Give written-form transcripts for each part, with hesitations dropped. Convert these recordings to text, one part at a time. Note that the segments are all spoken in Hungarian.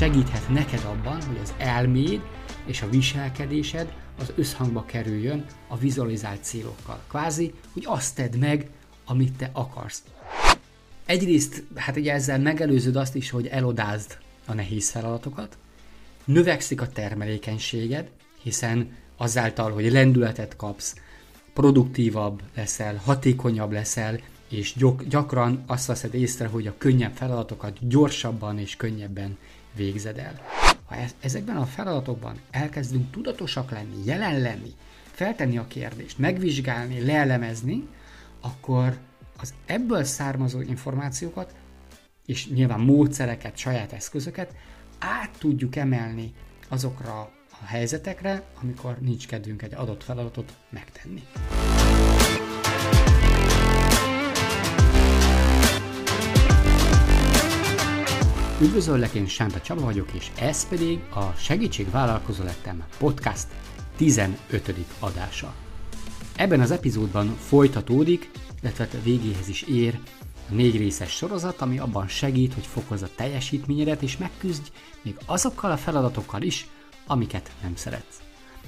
segíthet neked abban, hogy az elméd és a viselkedésed az összhangba kerüljön a vizualizált célokkal. Kvázi, hogy azt tedd meg, amit te akarsz. Egyrészt, ugye ezzel megelőzöd azt is, hogy elodázd a nehéz feladatokat, növekszik a termelékenységed, hiszen azáltal, hogy lendületet kapsz, produktívabb leszel, hatékonyabb leszel, és gyakran azt veszed észre, hogy a könnyebb feladatokat gyorsabban és könnyebben végzed el. Ha ezekben a feladatokban elkezdünk tudatosak lenni, jelen lenni, feltenni a kérdést, megvizsgálni, leelemezni, akkor az ebből származó információkat, és nyilván módszereket, saját eszközöket át tudjuk emelni azokra a helyzetekre, amikor nincs kedvünk egy adott feladatot megtenni. Üdvözöllek, én Sánta Csaba vagyok, és ez pedig a Segítségvállalkozó lettem podcast 15. adása. Ebben az epizódban folytatódik, illetve a végéhez is ér a 4 részes sorozat, ami abban segít, hogy fokozza teljesítményedet, és megküzdj még azokkal a feladatokkal is, amiket nem szeretsz.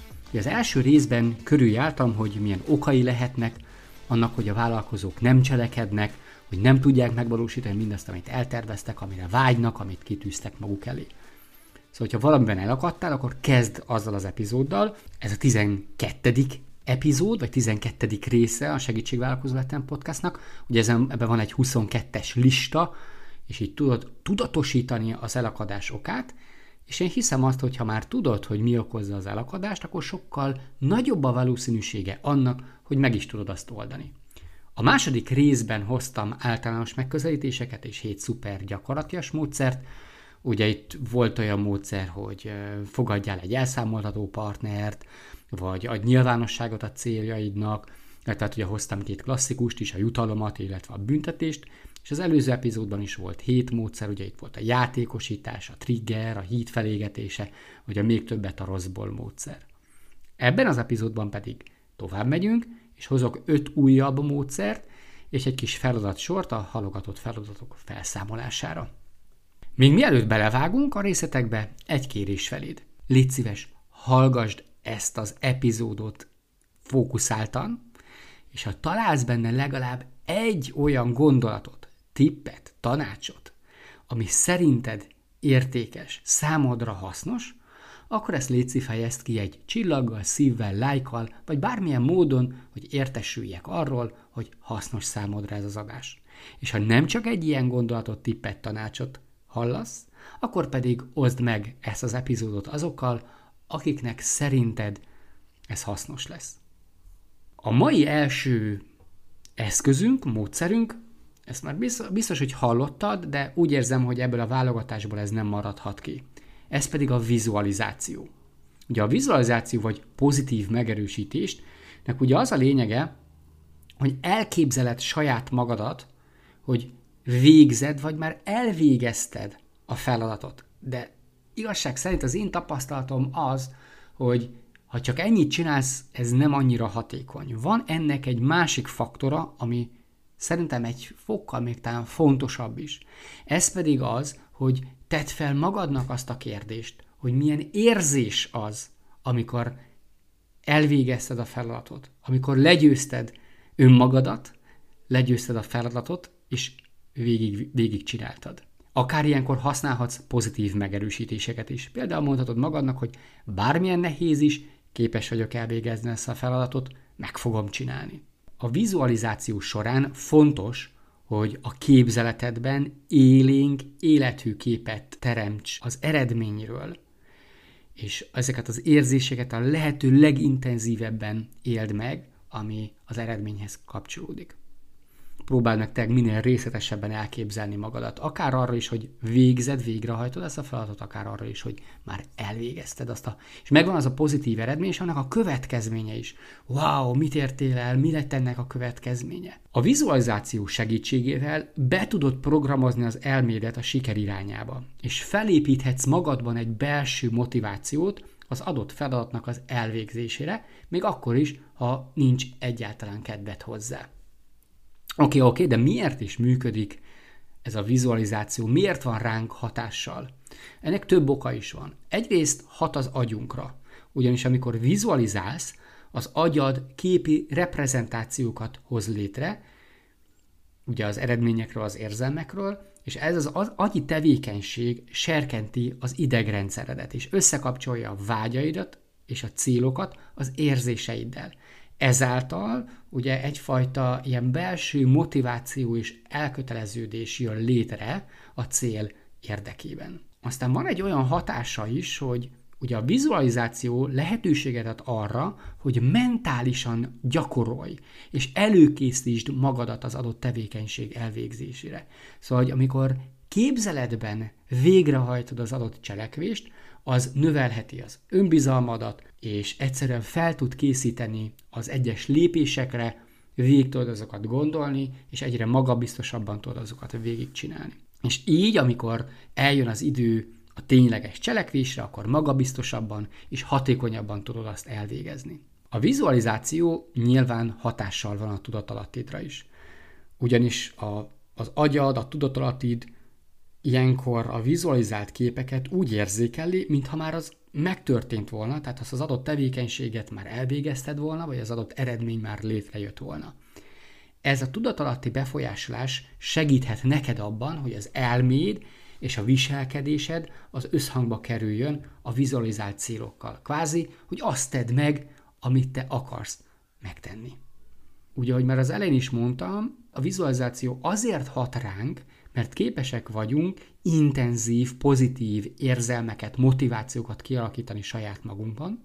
Az első részben körüljártam, hogy milyen okai lehetnek annak, hogy a vállalkozók nem cselekednek, hogy nem tudják megvalósítani mindazt, amit elterveztek, amire vágynak, amit kitűztek maguk elé. Szóval, ha valamiben elakadtál, akkor kezd azzal az epizóddal. Ez a 12. epizód, vagy 12. része a Segítségvállalkozó lettem podcastnak. Ugye ebben van egy 22-es lista, és így tudod tudatosítani az elakadás okát, és én hiszem azt, hogy ha már tudod, hogy mi okozza az elakadást, akkor sokkal nagyobb a valószínűsége annak, hogy meg is tudod azt oldani. A második részben hoztam általános megközelítéseket és 7 szuper gyakorlatias módszert. Ugye itt volt olyan módszer, hogy fogadjál egy elszámoltató partnert, vagy adj nyilvánosságot a céljaidnak, tehát ugye hoztam 2 klasszikust is, a jutalomat, illetve a büntetést, és az előző epizódban is volt 7 módszer, ugye itt volt a játékosítás, a trigger, a híd felégetése, vagy a még többet a rosszból módszer. Ebben az epizódban pedig tovább megyünk, és hozok 5 újabb módszert, és egy kis feladatsort a halogatott feladatok felszámolására. Még mielőtt belevágunk a részletekbe, egy kérés feléd. Légy szíves, hallgasd ezt az epizódot fókuszáltan, és ha találsz benne legalább egy olyan gondolatot, tippet, tanácsot, ami szerinted értékes, számodra hasznos, akkor ezt létszi fejezd ki egy csillaggal, szívvel, lájkkal, vagy bármilyen módon, hogy értesüljek arról, hogy hasznos számodra ez az adás. És ha nem csak egy ilyen gondolatot, tippet, tanácsot hallasz, akkor pedig oszd meg ezt az epizódot azokkal, akiknek szerinted ez hasznos lesz. A mai első eszközünk, módszerünk, ezt már biztos, hogy hallottad, de úgy érzem, hogy ebből a válogatásból ez nem maradhat ki. Ez pedig a vizualizáció. Ugye a vizualizáció vagy pozitív megerősítésnek ugye az a lényege, hogy elképzeled saját magadat, hogy végzed, vagy már elvégezted a feladatot. De igazság szerint az én tapasztalatom az, hogy ha csak ennyit csinálsz, ez nem annyira hatékony. Van ennek egy másik faktora, ami szerintem egy fokkal még talán fontosabb is. Ez pedig az, hogy tedd fel magadnak azt a kérdést, hogy milyen érzés az, amikor elvégezted a feladatot, amikor legyőzted önmagadat, legyőzted a feladatot, és végig csináltad. Akár ilyenkor használhatsz pozitív megerősítéseket is. Például mondhatod magadnak, hogy bármilyen nehéz is, képes vagyok elvégezni ezt a feladatot, meg fogom csinálni. A vizualizáció során fontos, hogy a képzeletedben élénk, élethű képet teremts az eredményről, és ezeket az érzéseket a lehető legintenzívebben éld meg, ami az eredményhez kapcsolódik. Próbáld meg te minél részletesebben elképzelni magadat, akár arra is, hogy végzed, végrehajtod ezt a feladatot, akár arra is, hogy már elvégezted azt és megvan az a pozitív eredmény, és annak a következménye is. Wow, mit értél el, mi lett ennek a következménye? A vizualizáció segítségével be tudod programozni az elmédet a siker irányába, és felépíthetsz magadban egy belső motivációt az adott feladatnak az elvégzésére, még akkor is, ha nincs egyáltalán kedved hozzá. Oké, de miért is működik ez a vizualizáció miért van ránk hatással? Ennek több oka is van. Egyrészt hat az agyunkra, ugyanis amikor vizualizálsz, az agyad képi reprezentációkat hoz létre, ugye az eredményekről, az érzelmekről, és ez az agyi tevékenység serkenti az idegrendszeredet, és összekapcsolja a vágyaidat és a célokat az érzéseiddel. Ezáltal ugye egyfajta ilyen belső motiváció és elköteleződés jön létre a cél érdekében. Aztán van egy olyan hatása is, hogy ugye a vizualizáció lehetőséget ad arra, hogy mentálisan gyakorolj, és előkészítsd magadat az adott tevékenység elvégzésére. Szóval, hogy amikor képzeletben végrehajtod az adott cselekvést, az növelheti az önbizalmadat, és egyszerűen fel tud készíteni az egyes lépésekre, végig tudod azokat gondolni, és egyre magabiztosabban tudod azokat végigcsinálni. És így, amikor eljön az idő a tényleges cselekvésre, akkor magabiztosabban és hatékonyabban tudod azt elvégezni. A vizualizáció nyilván hatással van a tudatalattidra is. Ugyanis az agyad, a tudatalattid ilyenkor a vizualizált képeket úgy érzékeli, mintha már az megtörtént volna, tehát az adott tevékenységet már elvégezted volna, vagy az adott eredmény már létrejött volna. Ez a tudatalatti befolyásolás segíthet neked abban, hogy az elméd és a viselkedésed az összhangba kerüljön a vizualizált célokkal. Kvázi, hogy azt tedd meg, amit te akarsz megtenni. Ugye, ahogy már az elején is mondtam, a vizualizáció azért hat ránk, mert képesek vagyunk intenzív, pozitív érzelmeket, motivációkat kialakítani saját magunkban,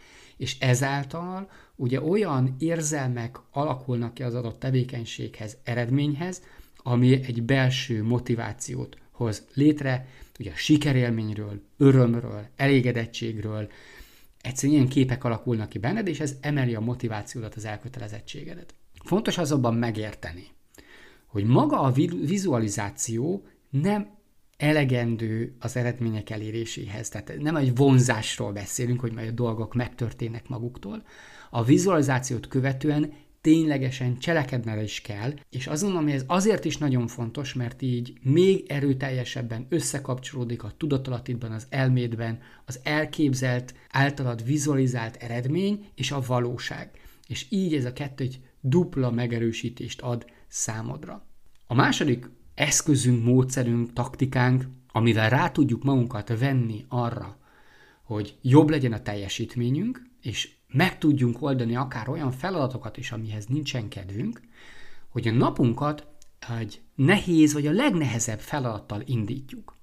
és ezáltal ugye olyan érzelmek alakulnak ki az adott tevékenységhez, eredményhez, ami egy belső motivációt hoz létre, ugye a sikerélményről, örömről, elégedettségről, egyszerűen ilyen képek alakulnak ki benned, és ez emeli a motivációdat, az elkötelezettségedet. Fontos azonban megérteni, hogy maga a vizualizáció nem elegendő az eredmények eléréséhez. Tehát nem egy vonzásról beszélünk, hogy majd a dolgok megtörténnek maguktól. A vizualizációt követően ténylegesen cselekedned is kell, és azt gondolom, hogy ez azért is nagyon fontos, mert így még erőteljesebben összekapcsolódik a tudatalattidban, az elmédben az elképzelt, általad vizualizált eredmény és a valóság. És így ez a kettő egy dupla megerősítést ad számodra. A második eszközünk, módszerünk, taktikánk, amivel rá tudjuk magunkat venni arra, hogy jobb legyen a teljesítményünk, és meg tudjunk oldani akár olyan feladatokat is, amihez nincsen kedvünk, hogy a napunkat egy nehéz vagy a legnehezebb feladattal indítjuk.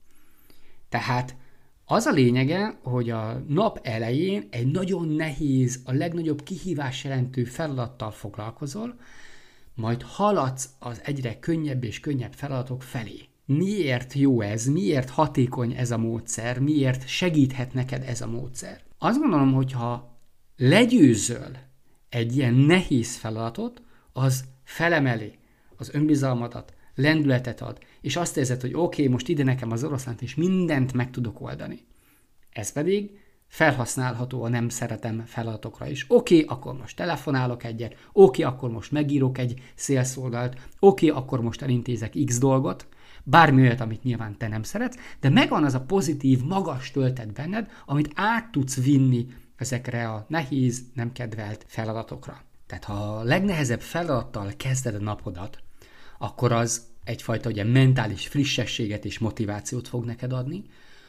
Tehát az a lényege, hogy a nap elején egy nagyon nehéz, a legnagyobb kihívás jelentő feladattal foglalkozol, majd haladsz az egyre könnyebb és könnyebb feladatok felé. Miért jó ez? Miért hatékony ez a módszer? Miért segíthet neked ez a módszer? Azt gondolom, hogyha legyőzöl egy ilyen nehéz feladatot, az felemeli az önbizalmadat, lendületet ad, és azt érzed, hogy oké, most ide nekem az oroszlánt, és mindent meg tudok oldani. Ez pedig felhasználható a nem szeretem feladatokra is. Oké, akkor most telefonálok egyet, oké, akkor most megírok egy szélszóldalt, oké, akkor most elintézek X dolgot, bármi olyat, amit nyilván te nem szeretsz, de megvan az a pozitív, magas töltet benned, amit át tudsz vinni ezekre a nehéz, nem kedvelt feladatokra. Tehát ha a legnehezebb feladattal kezded a napodat, akkor az egyfajta ugye, mentális frissességet és motivációt fog neked adni.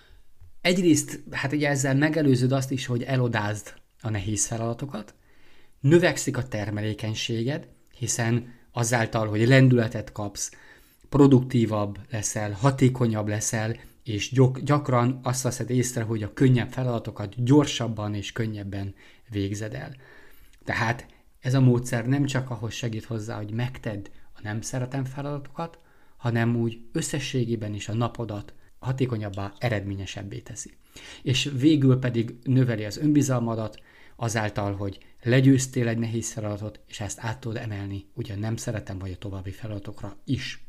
Egyrészt, hát ugye ezzel megelőzöd azt is, hogy elodázd a nehéz feladatokat, növekszik a termelékenységed, hiszen azáltal, hogy lendületet kapsz, produktívabb leszel, hatékonyabb leszel, és gyakran azt veszed észre, hogy a könnyebb feladatokat gyorsabban és könnyebben végzed el. Tehát ez a módszer nem csak ahhoz segít hozzá, hogy megtedd a nem szeretem feladatokat, hanem úgy összességében is a napodat hatékonyabbá, eredményesebbé teszi. És végül pedig növeli az önbizalmadat azáltal, hogy legyőztél egy nehéz feladatot, és ezt át tudod emelni ugye nem szeretem vagy a további feladatokra is.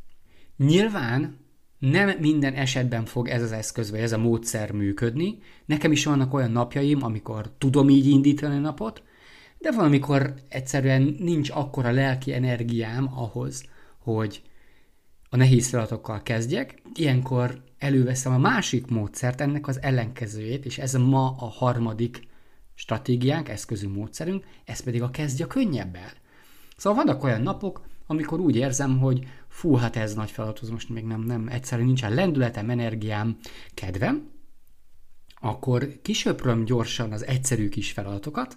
Nyilván nem minden esetben fog ez az eszköz vagy ez a módszer működni. Nekem is vannak olyan napjaim, amikor tudom így indítani a napot, de van, amikor egyszerűen nincs akkora lelki energiám ahhoz, hogy a nehéz feladatokkal kezdjek, ilyenkor előveszem a másik módszert, ennek az ellenkezőjét, és ez ma a harmadik stratégiánk, eszközünk, módszerünk, ez pedig a kezdj a könnyebbel. Szóval vannak olyan napok, amikor úgy érzem, hogy fú, hát ez nagy feladat, most még nem egyszerűen nincsen lendületem, energiám, kedvem, akkor kisöpröm gyorsan az egyszerű kis feladatokat,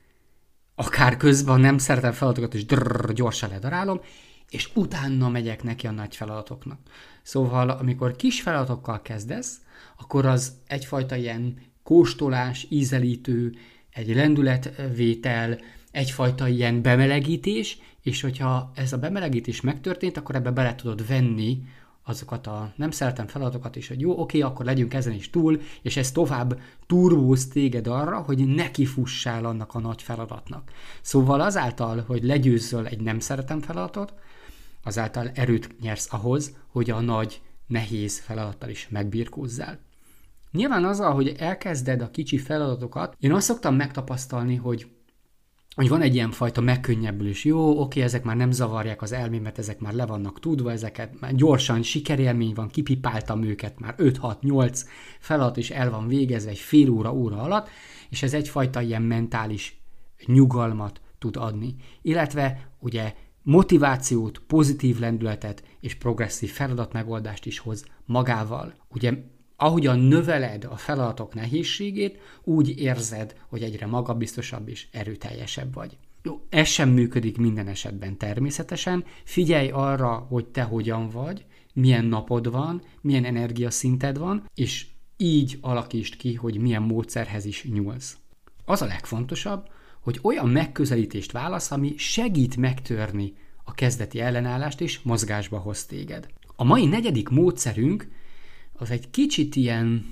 akár közben nem szeretem feladatokat, és gyorsan ledarálom, és utána megyek neki a nagy feladatoknak. Szóval, amikor kis feladatokkal kezdesz, akkor az egyfajta ilyen kóstolás, ízelítő, egy lendületvétel, egyfajta ilyen bemelegítés, és hogyha ez a bemelegítés megtörtént, akkor ebbe bele tudod venni azokat a nem szeretem feladatokat is, hogy jó, oké, akkor legyünk ezen is túl, és ez tovább turbóz téged arra, hogy nekifussál annak a nagy feladatnak. Szóval azáltal, hogy legyőzzöl egy nem szeretem feladatot, azáltal erőt nyersz ahhoz, hogy a nagy, nehéz feladattal is megbirkózzál. Nyilván azzal, hogy elkezded a kicsi feladatokat, én azt szoktam megtapasztalni, hogy van egy ilyen fajta megkönnyebbülés. Jó, oké, ezek már nem zavarják az elmémet, ezek már le vannak tudva, ezeket már gyorsan sikerélmény van, kipipáltam őket, már 5-6-8 feladat is el van végezve egy fél óra alatt, és ez egyfajta ilyen mentális nyugalmat tud adni. Illetve ugye motivációt, pozitív lendületet és progresszív feladatmegoldást is hoz magával. Ugye ahogyan növeled a feladatok nehézségét, úgy érzed, hogy egyre magabiztosabb és erőteljesebb vagy. Jó, ez sem működik minden esetben természetesen. Figyelj arra, hogy te hogyan vagy, milyen napod van, milyen energiaszinted van, és így alakítsd ki, hogy milyen módszerhez is nyúlsz. Az a legfontosabb, hogy olyan megközelítést válasz, ami segít megtörni a kezdeti ellenállást és mozgásba hoz téged. A mai negyedik módszerünk az egy kicsit ilyen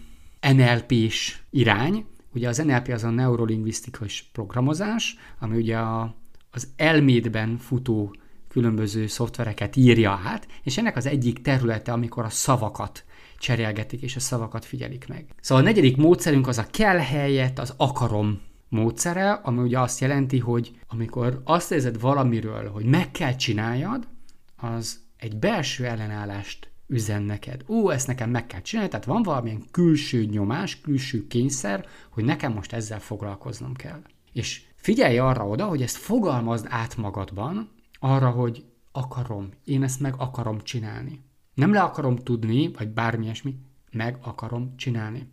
NLP-s irány. Ugye az NLP az a neurolingvisztikus programozás, ami ugye az elmédben futó különböző szoftvereket írja át, és ennek az egyik területe, amikor a szavakat cserélgetik, és a szavakat figyelik meg. Szóval a negyedik módszerünk az a kell helyett az akarom módszere, ami ugye azt jelenti, hogy amikor azt érzed valamiről, hogy meg kell csináljad, az egy belső ellenállást üzen neked. Ezt nekem meg kell csinálni, tehát van valamilyen külső nyomás, külső kényszer, hogy nekem most ezzel foglalkoznom kell. És figyelj arra oda, hogy ezt fogalmazd át magadban, arra, hogy akarom, én ezt meg akarom csinálni. Nem le akarom tudni, vagy bármi ilyesmi, meg akarom csinálni.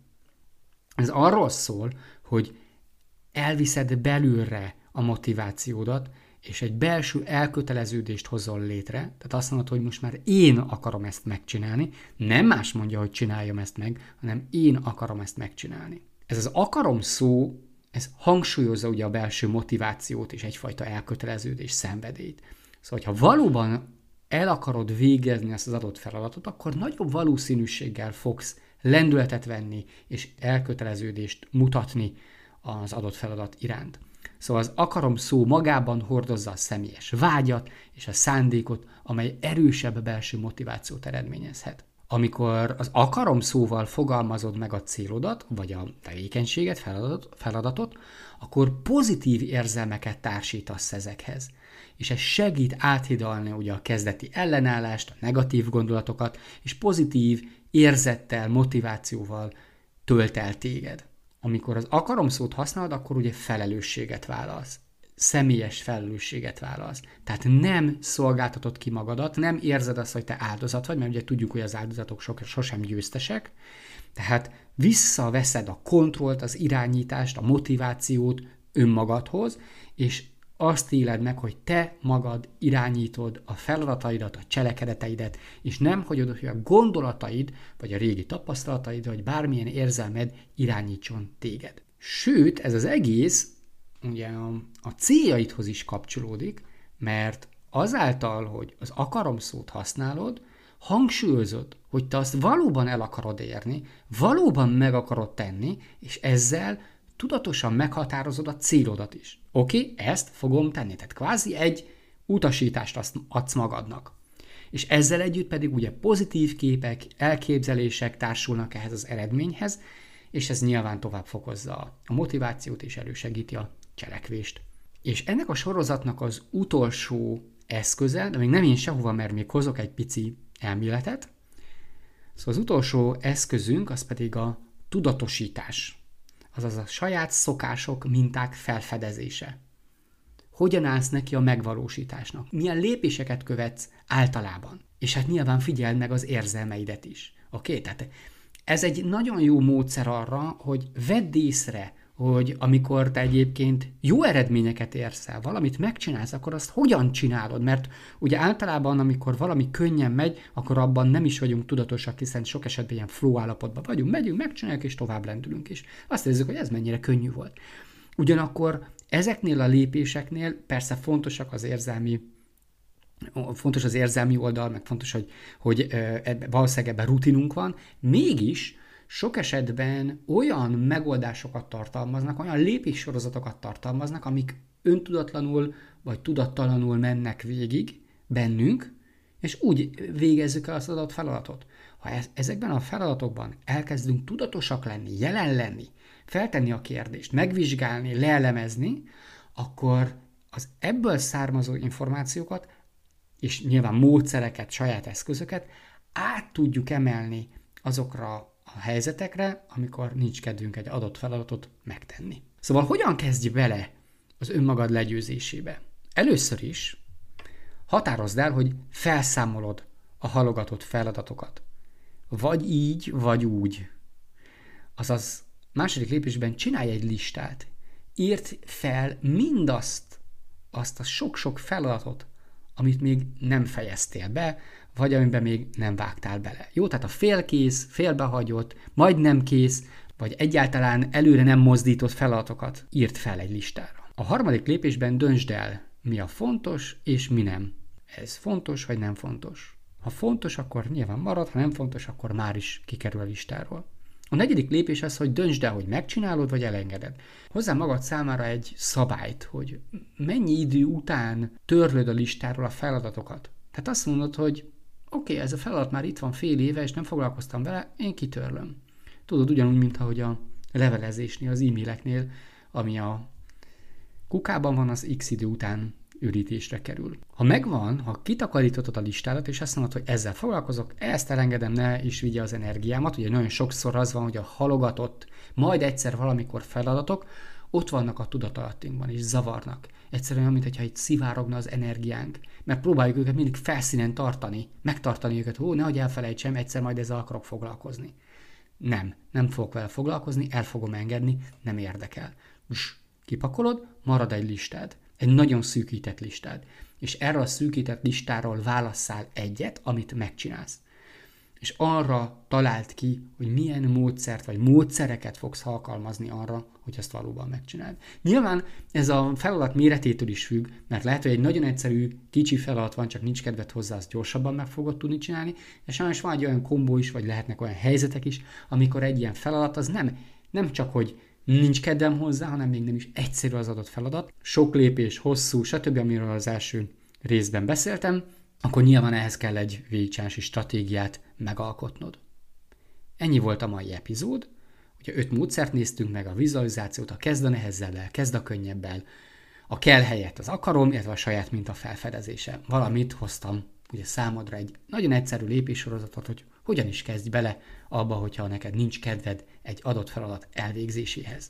Ez arról szól, hogy elviszed belülre a motivációdat, és egy belső elköteleződést hozol létre, tehát azt mondod, hogy most már én akarom ezt megcsinálni, nem más mondja, hogy csináljam ezt meg, hanem én akarom ezt megcsinálni. Ez az akarom szó, ez hangsúlyozza ugye a belső motivációt és egyfajta elköteleződés, szenvedélyt. Szóval, ha valóban el akarod végezni ezt az adott feladatot, akkor nagyobb valószínűséggel fogsz lendületet venni és elköteleződést mutatni az adott feladat iránt. Szóval az akarom szó magában hordozza a személyes vágyat és a szándékot, amely erősebb belső motivációt eredményezhet. Amikor az akarom szóval fogalmazod meg a célodat, vagy a tevékenységet, feladatot, akkor pozitív érzelmeket társítasz ezekhez. És ez segít áthidalni ugye a kezdeti ellenállást, a negatív gondolatokat, és pozitív érzettel, motivációval tölt el téged. Amikor az akarom szót használod, akkor ugye felelősséget vállalsz. Személyes felelősséget vállalsz. Tehát nem szolgáltatod ki magadat, nem érzed azt, hogy te áldozat vagy, mert ugye tudjuk, hogy az áldozatok sosem győztesek. Tehát visszaveszed a kontrollt, az irányítást, a motivációt önmagadhoz, és azt éled meg, hogy te magad irányítod a feladataidat, a cselekedeteidet, és nem hagyod, hogy a gondolataid, vagy a régi tapasztalataid, vagy bármilyen érzelmed irányítson téged. Sőt, ez az egész ugye a céljaidhoz is kapcsolódik, mert azáltal, hogy az akarom szót használod, hangsúlyozod, hogy te azt valóban el akarod érni, valóban meg akarod tenni, és ezzel tudatosan meghatározod a célodat is. Oké, ezt fogom tenni. Tehát kvázi egy utasítást adsz magadnak. És ezzel együtt pedig ugye pozitív képek, elképzelések társulnak ehhez az eredményhez, és ez nyilván tovább fokozza a motivációt és elősegíti a cselekvést. És ennek a sorozatnak az utolsó eszköze, de még nem én sehova, mert még hozok egy pici elméletet. Szóval az utolsó eszközünk az pedig a tudatosítás, azaz a saját szokások, minták felfedezése. Hogyan állsz neki a megvalósításnak? Milyen lépéseket követsz általában? És hát nyilván figyeld meg az érzelmeidet is. Oké? Tehát ez egy nagyon jó módszer arra, hogy vedd észre, hogy amikor te egyébként jó eredményeket érsz el, valamit megcsinálsz, akkor azt hogyan csinálod? Mert ugye általában, amikor valami könnyen megy, akkor abban nem is vagyunk tudatosak, hiszen sok esetben ilyen flow állapotban vagyunk, megyünk, megcsináljuk, és tovább lendülünk is. Azt érezzük, hogy ez mennyire könnyű volt. Ugyanakkor ezeknél a lépéseknél persze fontos az érzelmi oldal, meg fontos, hogy valószínűleg ebben rutinunk van, mégis sok esetben olyan megoldásokat tartalmaznak, olyan lépéssorozatokat tartalmaznak, amik öntudatlanul vagy tudattalanul mennek végig bennünk, és úgy végezzük el az adott feladatot. Ha ezekben a feladatokban elkezdünk tudatosak lenni, jelen lenni, feltenni a kérdést, megvizsgálni, leelemezni, akkor az ebből származó információkat, és nyilván módszereket, saját eszközöket át tudjuk emelni azokra a helyzetekre, amikor nincs kedvünk egy adott feladatot megtenni. Szóval hogyan kezdj bele az önmagad legyőzésébe? Először is határozd el, hogy felszámolod a halogatott feladatokat. Vagy így, vagy úgy. Azaz második lépésben csinálj egy listát. Írd fel mindazt, azt a sok-sok feladatot, amit még nem fejeztél be, vagy amiben még nem vágtál bele. Jó, tehát a félkész, félbehagyott, majdnem kész, vagy egyáltalán előre nem mozdított feladatokat írd fel egy listára. A harmadik lépésben döntsd el, mi a fontos és mi nem. Ez fontos vagy nem fontos. Ha fontos, akkor nyilván marad, ha nem fontos, akkor már is kikerül a listáról. A negyedik lépés az, hogy döntsd el, hogy megcsinálod, vagy elengeded. Hozzá magad számára egy szabályt, hogy mennyi idő után törlöd a listáról a feladatokat. Tehát azt mondod, hogy oké, ez a feladat már itt van fél éve, és nem foglalkoztam vele, én kitörlöm. Tudod, ugyanúgy, mint ahogy a levelezésnél, az e-maileknél, ami a kukában van, az x idő után ürítésre kerül. Ha megvan, ha kitakarítottad a listádat, és azt mondod, hogy ezzel foglalkozok, ezt elengedem, ne is vigye az energiámat, ugye nagyon sokszor az van, hogy a halogatott, majd egyszer valamikor feladatok, ott vannak a tudatalattinkban, és zavarnak. Egyszerűen, mintha itt szivárogna az energiánk, mert próbáljuk őket mindig felszínen tartani, megtartani őket, nehogy elfelejtsem, egyszer majd ezzel akarok foglalkozni. Nem fogok vele foglalkozni, el fogom engedni, nem érdekel. Kipakolod, marad egy listád. Egy nagyon szűkített listád. És erre a szűkített listáról válasszál egyet, amit megcsinálsz. És arra találd ki, hogy milyen módszert vagy módszereket fogsz alkalmazni arra, hogy ezt valóban megcsináld. Nyilván ez a feladat méretétől is függ, mert lehet, hogy egy nagyon egyszerű, kicsi feladat van, csak nincs kedved hozzá, azt gyorsabban meg fogod tudni csinálni, és sajnos van egy olyan kombó is, vagy lehetnek olyan helyzetek is, amikor egy ilyen feladat az nem csak, hogy nincs kedvem hozzá, hanem még nem is egyszerű az adott feladat. Sok lépés, hosszú, stb., amiről az első részben beszéltem, akkor nyilván ehhez kell egy végigcsinálási stratégiát megalkotnod. Ennyi volt a mai epizód. Ugye 5 módszert néztünk meg, a vizualizációt, a kezd a nehezzellel, kezd a könnyebbel, a kell helyett az akarom, illetve a saját minta felfedezése. Valamit hoztam ugye számodra egy nagyon egyszerű lépéssorozatot, hogy hogyan is kezdj bele abba, hogyha neked nincs kedved egy adott feladat elvégzéséhez.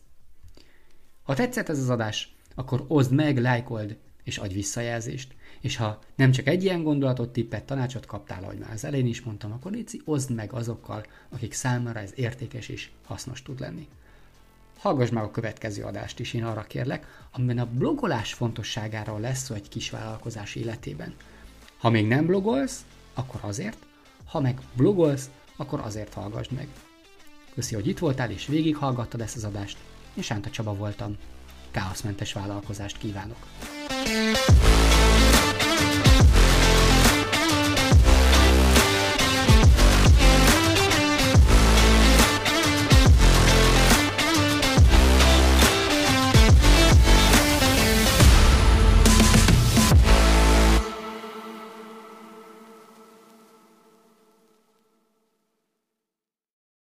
Ha tetszett ez az adás, akkor oszd meg, lájkold és adj visszajelzést. És ha nem csak egy ilyen gondolatot, tippet, tanácsot kaptál, ahogy már az elején is mondtam, akkor légy oszd meg azokkal, akik számára ez értékes és hasznos tud lenni. Hallgass meg a következő adást is, én arra kérlek, amiben a blogolás fontosságáról lesz szó egy kisvállalkozás életében. Ha még nem blogolsz, akkor azért, ha meg blogolsz, akkor azért hallgassd meg. Köszi, hogy itt voltál és végighallgattad ezt az adást. Én Sánta Csaba voltam. Káoszmentes vállalkozást kívánok!